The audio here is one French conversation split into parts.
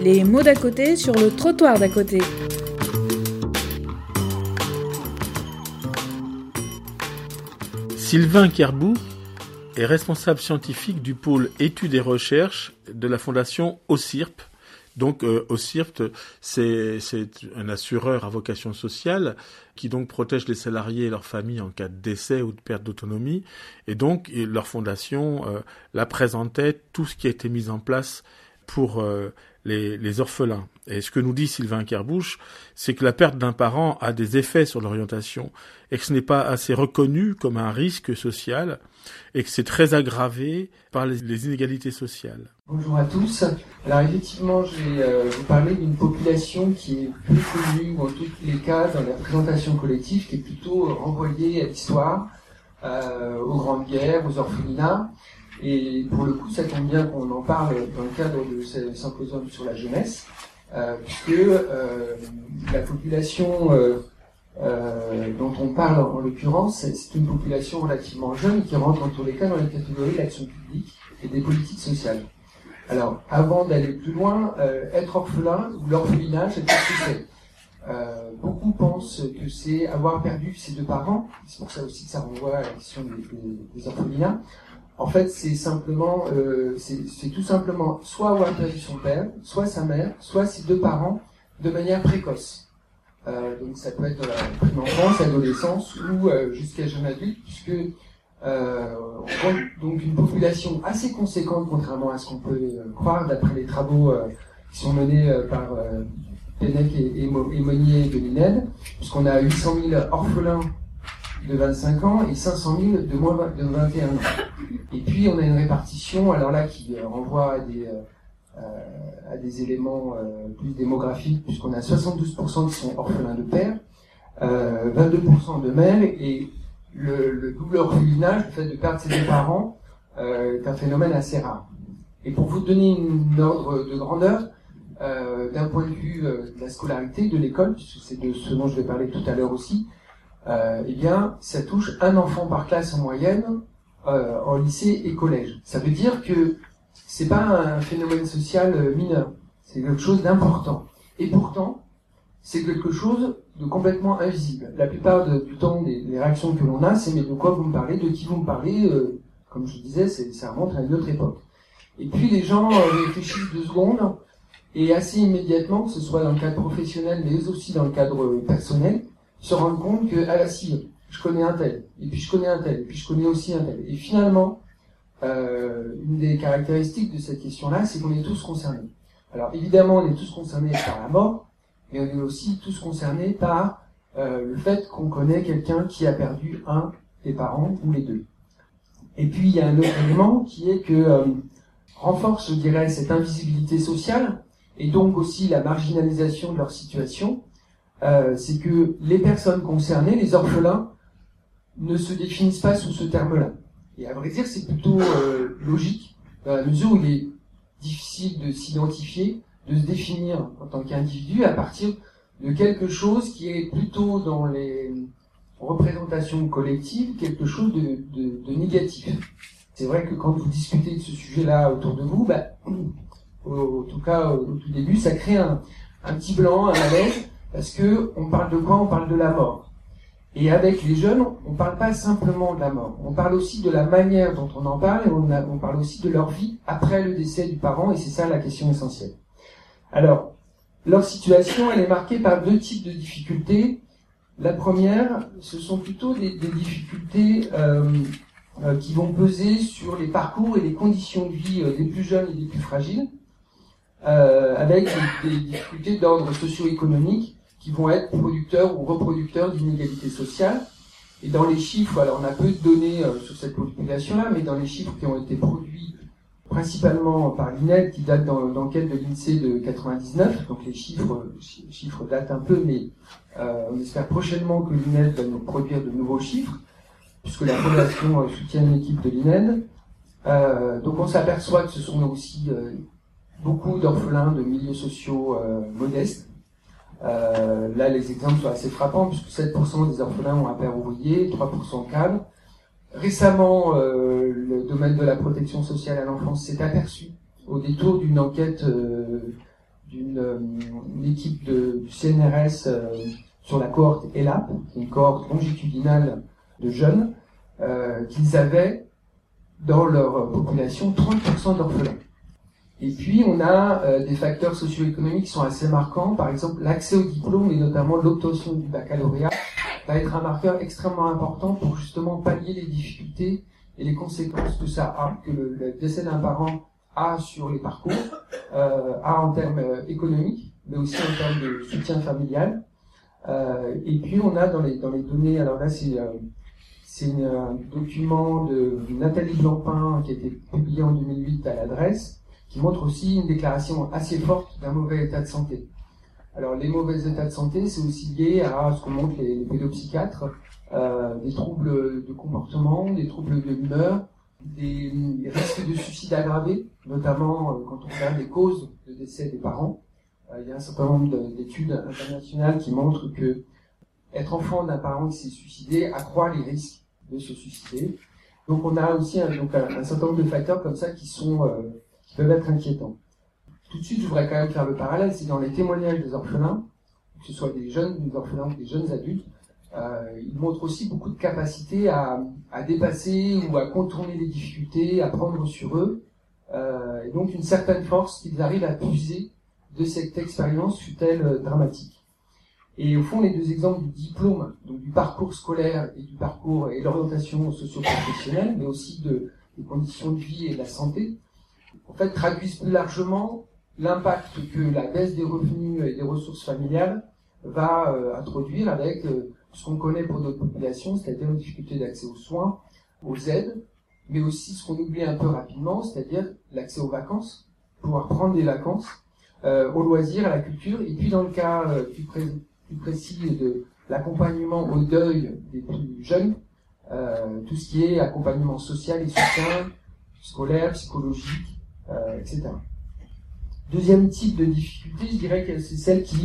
Les mots d'à côté sur le trottoir d'à côté. Sylvain Kerbou est responsable scientifique du pôle études et recherches de la fondation OCIRP. Donc OCIRP, c'est un assureur à vocation sociale qui donc protège les salariés et leurs familles en cas de décès ou de perte d'autonomie. Et donc leur fondation la présentait tout ce qui a été mis en place pour les orphelins. Et ce que nous dit Sylvain Kerbouche, c'est que la perte d'un parent a des effets sur l'orientation et que ce n'est pas assez reconnu comme un risque social et que c'est très aggravé par les inégalités sociales. Bonjour à tous. Alors effectivement, je vais vous parler d'une population qui est peu connue, ou en tous les cas dans la représentation collective, qui est plutôt renvoyée à l'histoire, aux grandes guerres, aux orphelinats. Et pour le coup, ça tombe bien qu'on en parle dans le cadre de ce symposium sur la jeunesse, puisque la population dont on parle en l'occurrence, c'est une population relativement jeune qui rentre en tous les cas dans les catégories de l'action publique et des politiques sociales. Alors, avant d'aller plus loin, être orphelin ou l'orphelinage, qu'est-ce que c'est ? Beaucoup pensent que c'est avoir perdu ses deux parents, c'est pour ça aussi que ça renvoie à la question des orphelinats. En fait, c'est simplement, c'est tout simplement soit avoir perdu son père, soit sa mère, soit ses deux parents de manière précoce. Donc ça peut être dans la prime enfance, adolescence ou jusqu'à jeune adulte, puisque on voit donc une population assez conséquente, contrairement à ce qu'on peut croire d'après les travaux qui sont menés par Pennec et Monnier de l'INED, puisqu'on a 800 000 orphelins de 25 ans et 500 000 de moins de 21 ans. Et puis on a une répartition, alors là, qui renvoie à des éléments plus démographiques, puisqu'on a 72% qui sont orphelins de père, 22% de mère, et le double orphelinage, le fait de perdre ses deux parents, est un phénomène assez rare. Et pour vous donner une ordre de grandeur, d'un point de vue de la scolarité, de l'école, puisque c'est de ce dont je vais parler tout à l'heure aussi, eh bien, ça touche un enfant par classe en moyenne en lycée et collège. Ça veut dire que c'est pas un phénomène social mineur, c'est quelque chose d'important. Et pourtant, c'est quelque chose de complètement invisible. La plupart du temps, les réactions que l'on a, c'est mais de quoi vous me parlez, de qui vous me parlez, comme je disais, ça remonte à une autre époque. Et puis les gens réfléchissent 2 secondes, et assez immédiatement, que ce soit dans le cadre professionnel, mais aussi dans le cadre personnel, se rendent compte que, ah si, je connais un tel, et puis je connais un tel, et puis je connais aussi un tel. Et finalement, une des caractéristiques de cette question-là, c'est qu'on est tous concernés. Alors évidemment, on est tous concernés par la mort, mais on est aussi tous concernés par le fait qu'on connaît quelqu'un qui a perdu un des parents ou les deux. Et puis il y a un autre élément qui est que renforce, je dirais, cette invisibilité sociale, et donc aussi la marginalisation de leur situation, c'est que les personnes concernées, les orphelins, ne se définissent pas sous ce terme-là. Et à vrai dire, c'est plutôt logique, dans la mesure où il est difficile de s'identifier, de se définir en tant qu'individu à partir de quelque chose qui est plutôt dans les représentations collectives, quelque chose de négatif. C'est vrai que quand vous discutez de ce sujet-là autour de vous, en tout cas au tout début, ça crée un petit blanc, un malaise, parce que on parle de quoi ? On parle de la mort. Et avec les jeunes, on parle pas simplement de la mort. On parle aussi de la manière dont on en parle, et on parle aussi de leur vie après le décès du parent, et c'est ça la question essentielle. Alors, leur situation, elle est marquée par 2 types de difficultés. La première, ce sont plutôt des difficultés qui vont peser sur les parcours et les conditions de vie des plus jeunes et des plus fragiles, avec des difficultés d'ordre socio-économique qui vont être producteurs ou reproducteurs d'inégalités sociales. Et dans les chiffres, alors on a peu de données sur cette population-là, mais dans les chiffres qui ont été produits principalement par l'INED, qui datent d'enquête de l'INSEE de 99, donc les chiffres datent un peu, mais on espère prochainement que l'INED va nous produire de nouveaux chiffres, puisque la fondation soutient l'équipe de l'INED. Donc on s'aperçoit que ce sont aussi beaucoup d'orphelins de milieux sociaux modestes. Là, les exemples sont assez frappants, puisque 7% des orphelins ont un père ouvrier, 3% cadre. Récemment, le domaine de la protection sociale à l'enfance s'est aperçu, au détour d'une enquête d'une équipe du CNRS sur la cohorte ELAP, qui est une cohorte longitudinale de jeunes, qu'ils avaient dans leur population 30% d'orphelins. Et puis on a des facteurs socio-économiques qui sont assez marquants. Par exemple, l'accès au diplôme et notamment l'obtention du baccalauréat va être un marqueur extrêmement important pour justement pallier les difficultés et les conséquences que ça a, que le décès d'un parent a sur les parcours, a en termes économiques, mais aussi en termes de soutien familial. Et puis on a dans les données, alors là c'est un document de Nathalie Blancpain qui a été publié en 2008 à l'adresse, qui montre aussi une déclaration assez forte d'un mauvais état de santé. Alors les mauvais états de santé, c'est aussi lié à ce qu'on montre les pédopsychiatres, des troubles de comportement, des troubles de l'humeur, des risques de suicide aggravés, notamment quand on regarde les causes de décès des parents. Il y a un certain nombre d'études internationales qui montrent que être enfant d'un parent qui s'est suicidé accroît les risques de se suicider. Donc on a aussi un certain nombre de facteurs comme ça qui peuvent être inquiétants. Tout de suite, je voudrais quand même faire le parallèle, c'est dans les témoignages des orphelins, que ce soit des orphelins ou des jeunes adultes, ils montrent aussi beaucoup de capacité à dépasser ou à contourner les difficultés, à prendre sur eux, et donc une certaine force qu'ils arrivent à puiser de cette expérience, fut-elle dramatique. Et au fond, les deux exemples du diplôme, donc du parcours scolaire et du parcours et l'orientation socio-professionnelle, mais aussi des conditions de vie et de la santé, en fait, traduisent plus largement l'impact que la baisse des revenus et des ressources familiales va introduire avec ce qu'on connaît pour notre population, c'est-à-dire une difficulté d'accès aux soins, aux aides, mais aussi ce qu'on oublie un peu rapidement, c'est-à-dire l'accès aux vacances, pouvoir prendre des vacances, aux loisirs, à la culture, et puis dans le cas plus précis de l'accompagnement au deuil des plus jeunes, tout ce qui est accompagnement social et soutien, scolaire, psychologique, etc. Deuxième type de difficulté, je dirais que c'est celles qui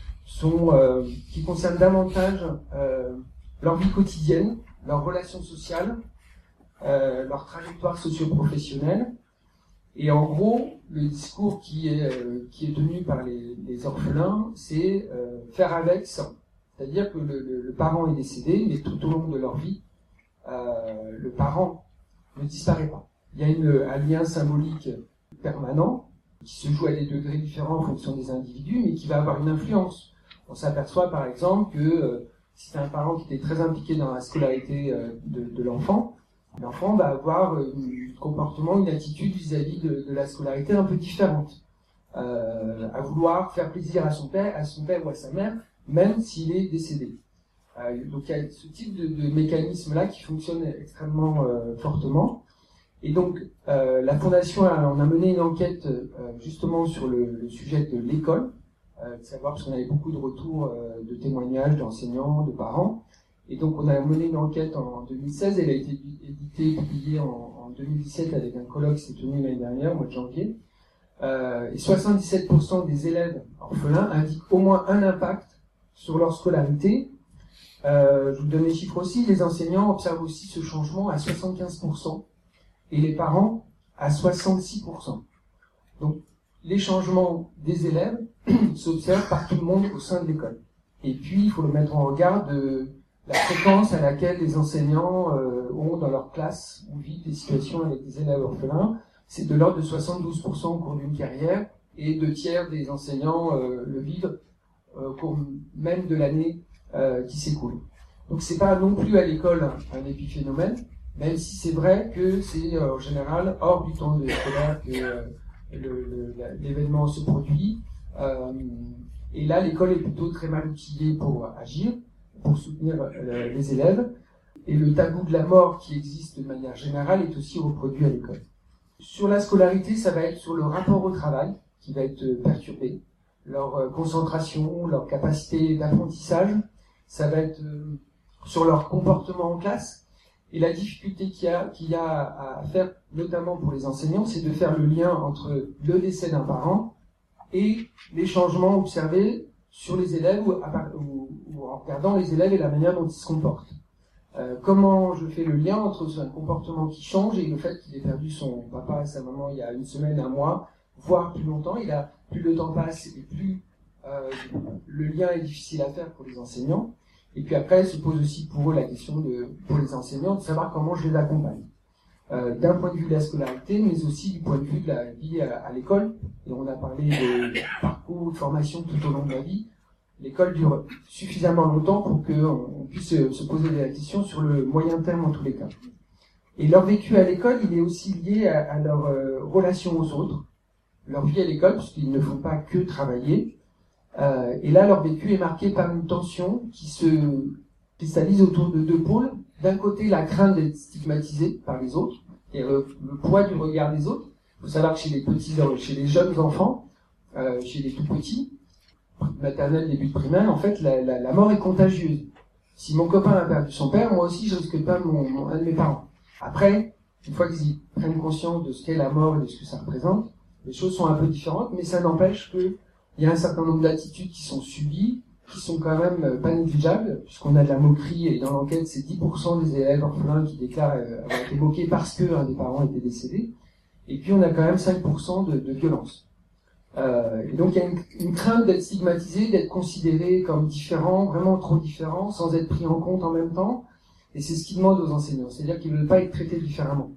concernent davantage leur vie quotidienne, leurs relations sociales, leur trajectoire socio-professionnelle. Et en gros, le discours qui est tenu par les orphelins, c'est faire avec ça. C'est-à-dire que le parent est décédé, mais tout au long de leur vie, le parent ne disparaît pas. Il y a un lien symbolique permanent qui se joue à des degrés différents en fonction des individus, mais qui va avoir une influence. On s'aperçoit par exemple que si c'est un parent qui était très impliqué dans la scolarité de l'enfant, l'enfant va avoir un comportement, une attitude vis-à-vis de la scolarité un peu différente, à vouloir faire plaisir à son père ou à sa mère, même s'il est décédé. Donc il y a ce type de mécanisme-là qui fonctionne extrêmement fortement. Et donc la Fondation on a mené une enquête justement sur le sujet de l'école, de savoir, parce qu'on avait beaucoup de retours de témoignages d'enseignants, de parents. Et donc on a mené une enquête en 2016, elle a été éditée, publiée en 2017 avec un colloque qui s'est tenu l'année dernière, au mois de janvier. Et 77% des élèves orphelins indiquent au moins un impact sur leur scolarité. Je vous donne les chiffres aussi, les enseignants observent aussi ce changement à 75%, et les parents à 66%. Donc les changements des élèves s'observent par tout le monde au sein de l'école. Et puis il faut le mettre en regard de la fréquence à laquelle les enseignants ont dans leur classe ou vivent des situations avec des élèves orphelins. C'est de l'ordre de 72% au cours d'une carrière, et 2/3 des enseignants le vivent au cours même de l'année qui s'écoule. Donc c'est pas non plus à l'école un épiphénomène, même si c'est vrai que c'est en général hors du temps scolaire que l'événement se produit. Et là, l'école est plutôt très mal outillée pour agir, pour soutenir les élèves. Et le tabou de la mort qui existe de manière générale est aussi reproduit à l'école. Sur la scolarité, ça va être sur le rapport au travail qui va être perturbé, leur concentration, leur capacité d'apprentissage, ça va être sur leur comportement en classe. Et la difficulté qu'il y a à faire, notamment pour les enseignants, c'est de faire le lien entre le décès d'un parent et les changements observés sur les élèves ou en regardant les élèves et la manière dont ils se comportent. Comment je fais le lien entre un comportement qui change et le fait qu'il ait perdu son papa et sa maman il y a une semaine, un mois, voire plus longtemps. Plus le temps passe et plus le lien est difficile à faire pour les enseignants. Et puis après, se pose aussi pour eux la question pour les enseignants de savoir comment je les accompagne. D'un point de vue de la scolarité, mais aussi du point de vue de la vie à l'école. Et on a parlé de parcours, de formation tout au long de la vie. L'école dure suffisamment longtemps pour qu'on puisse se poser des questions sur le moyen terme en tous les cas. Et leur vécu à l'école, il est aussi lié à leur relation aux autres, leur vie à l'école, puisqu'ils ne font pas que travailler. Et là, leur vécu est marqué par une tension qui se cristallise autour de deux pôles. D'un côté, la crainte d'être stigmatisé par les autres, et le poids du regard des autres. Il faut savoir que chez les jeunes enfants, chez les tout petits, maternelle, début de primaire, en fait, la mort est contagieuse. Si mon copain a perdu son père, moi aussi, je risque pas un de mes parents. Après, une fois qu'ils prennent conscience de ce qu'est la mort et de ce que ça représente, les choses sont un peu différentes, mais ça n'empêche qu'il y a un certain nombre d'attitudes qui sont subies, qui sont quand même pas négligeables, puisqu'on a de la moquerie, et dans l'enquête, c'est 10% des élèves orphelins qui déclarent avoir été moqués parce qu'un des parents était décédé, et puis on a quand même 5% de violence. Et donc il y a une crainte d'être stigmatisé, d'être considéré comme différent, vraiment trop différent, sans être pris en compte en même temps. Et c'est ce qu'ils demandent aux enseignants, c'est-à-dire qu'ils ne veulent pas être traités différemment.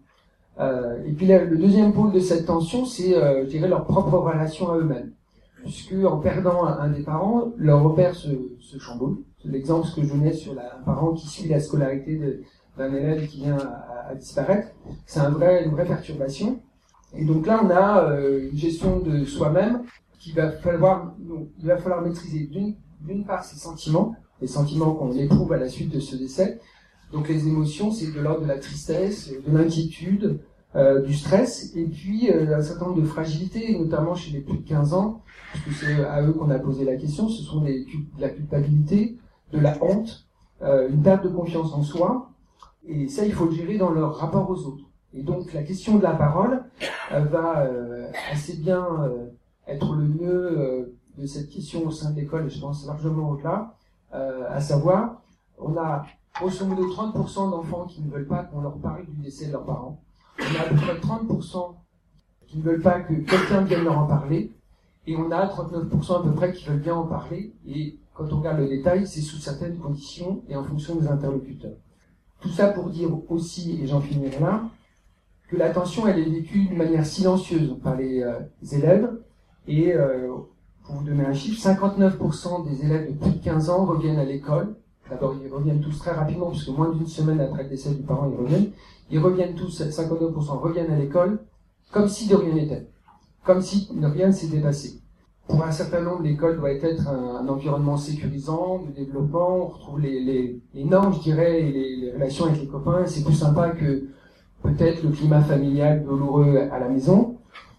Et puis là, le deuxième pôle de cette tension, c'est, je dirais, leur propre relation à eux-mêmes. Puisque en perdant un des parents, leur repère se chamboule. C'est l'exemple que je donnais sur un parent qui suit la scolarité d'un élève qui vient à disparaître. C'est une vraie perturbation. Et donc là, on a une gestion de soi-même qu'il va falloir maîtriser. D'une part, ses sentiments, les sentiments qu'on éprouve à la suite de ce décès. Donc les émotions, c'est de l'ordre de la tristesse, de l'inquiétude, du stress, et puis un certain nombre de fragilités, notamment chez les plus de 15 ans, puisque c'est à eux qu'on a posé la question. Ce sont de la culpabilité, de la honte, une perte de confiance en soi, et ça, il faut le gérer dans leur rapport aux autres. Et donc la question de la parole va assez bien être le nœud de cette question au sein de l'école, et je pense largement au-delà, à savoir, on a grosso modo 30% d'enfants qui ne veulent pas qu'on leur parle du décès de leurs parents. On a à peu près 30% qui ne veulent pas que quelqu'un vienne leur en parler, et on a 39% à peu près qui veulent bien en parler, et quand on regarde le détail, c'est sous certaines conditions et en fonction des interlocuteurs. Tout ça pour dire aussi, et j'en finirai là, que l'attention, elle est vécue d'une manière silencieuse par les élèves. Et pour vous donner un chiffre, 59% des élèves de plus de 15 ans reviennent à l'école. D'abord, ils reviennent tous très rapidement, puisque moins d'une semaine après le décès du parent, ils reviennent. Ils reviennent tous, 59% reviennent à l'école, comme si de rien n'était. Comme si rien ne s'était passé. Pour un certain nombre, l'école doit être un environnement sécurisant, de développement. On retrouve les normes, je dirais, et les relations avec les copains. C'est plus sympa que peut-être le climat familial douloureux à la maison,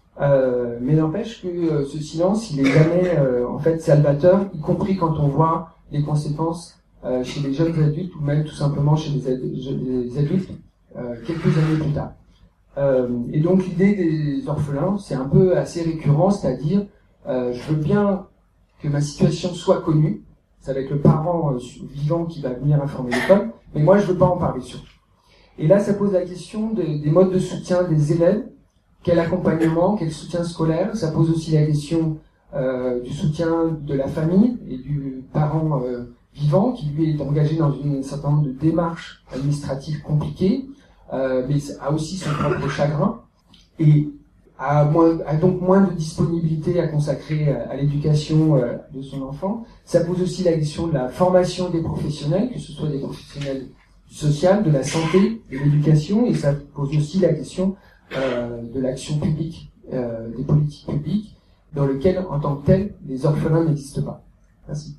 mais n'empêche que ce silence, il est jamais en fait salvateur, y compris quand on voit les conséquences chez les jeunes adultes ou même tout simplement chez les adultes quelques années plus tard. Et donc l'idée des orphelins, c'est un peu assez récurrent, c'est-à-dire je veux bien que ma situation soit connue, c'est avec le parent vivant qui va venir informer l'école, mais moi je veux pas en parler surtout. Et là, ça pose la question des modes de soutien des élèves, quel accompagnement, quel soutien scolaire. Ça pose aussi la question du soutien de la famille et du parent vivant, qui lui est engagé dans un certain nombre de démarches administratives compliquées, mais a aussi son propre chagrin, et a donc moins de disponibilité à consacrer à l'éducation de son enfant. Ça pose aussi la question de la formation des professionnels, que ce soit des professionnels social, de la santé, de l'éducation, et ça pose aussi la question de l'action publique, des politiques publiques, dans lesquelles, en tant que telles, les orphelins n'existent pas. Merci.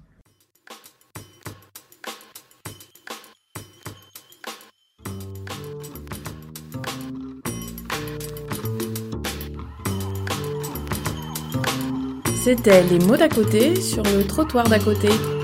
C'était les mots d'à côté sur le trottoir d'à côté.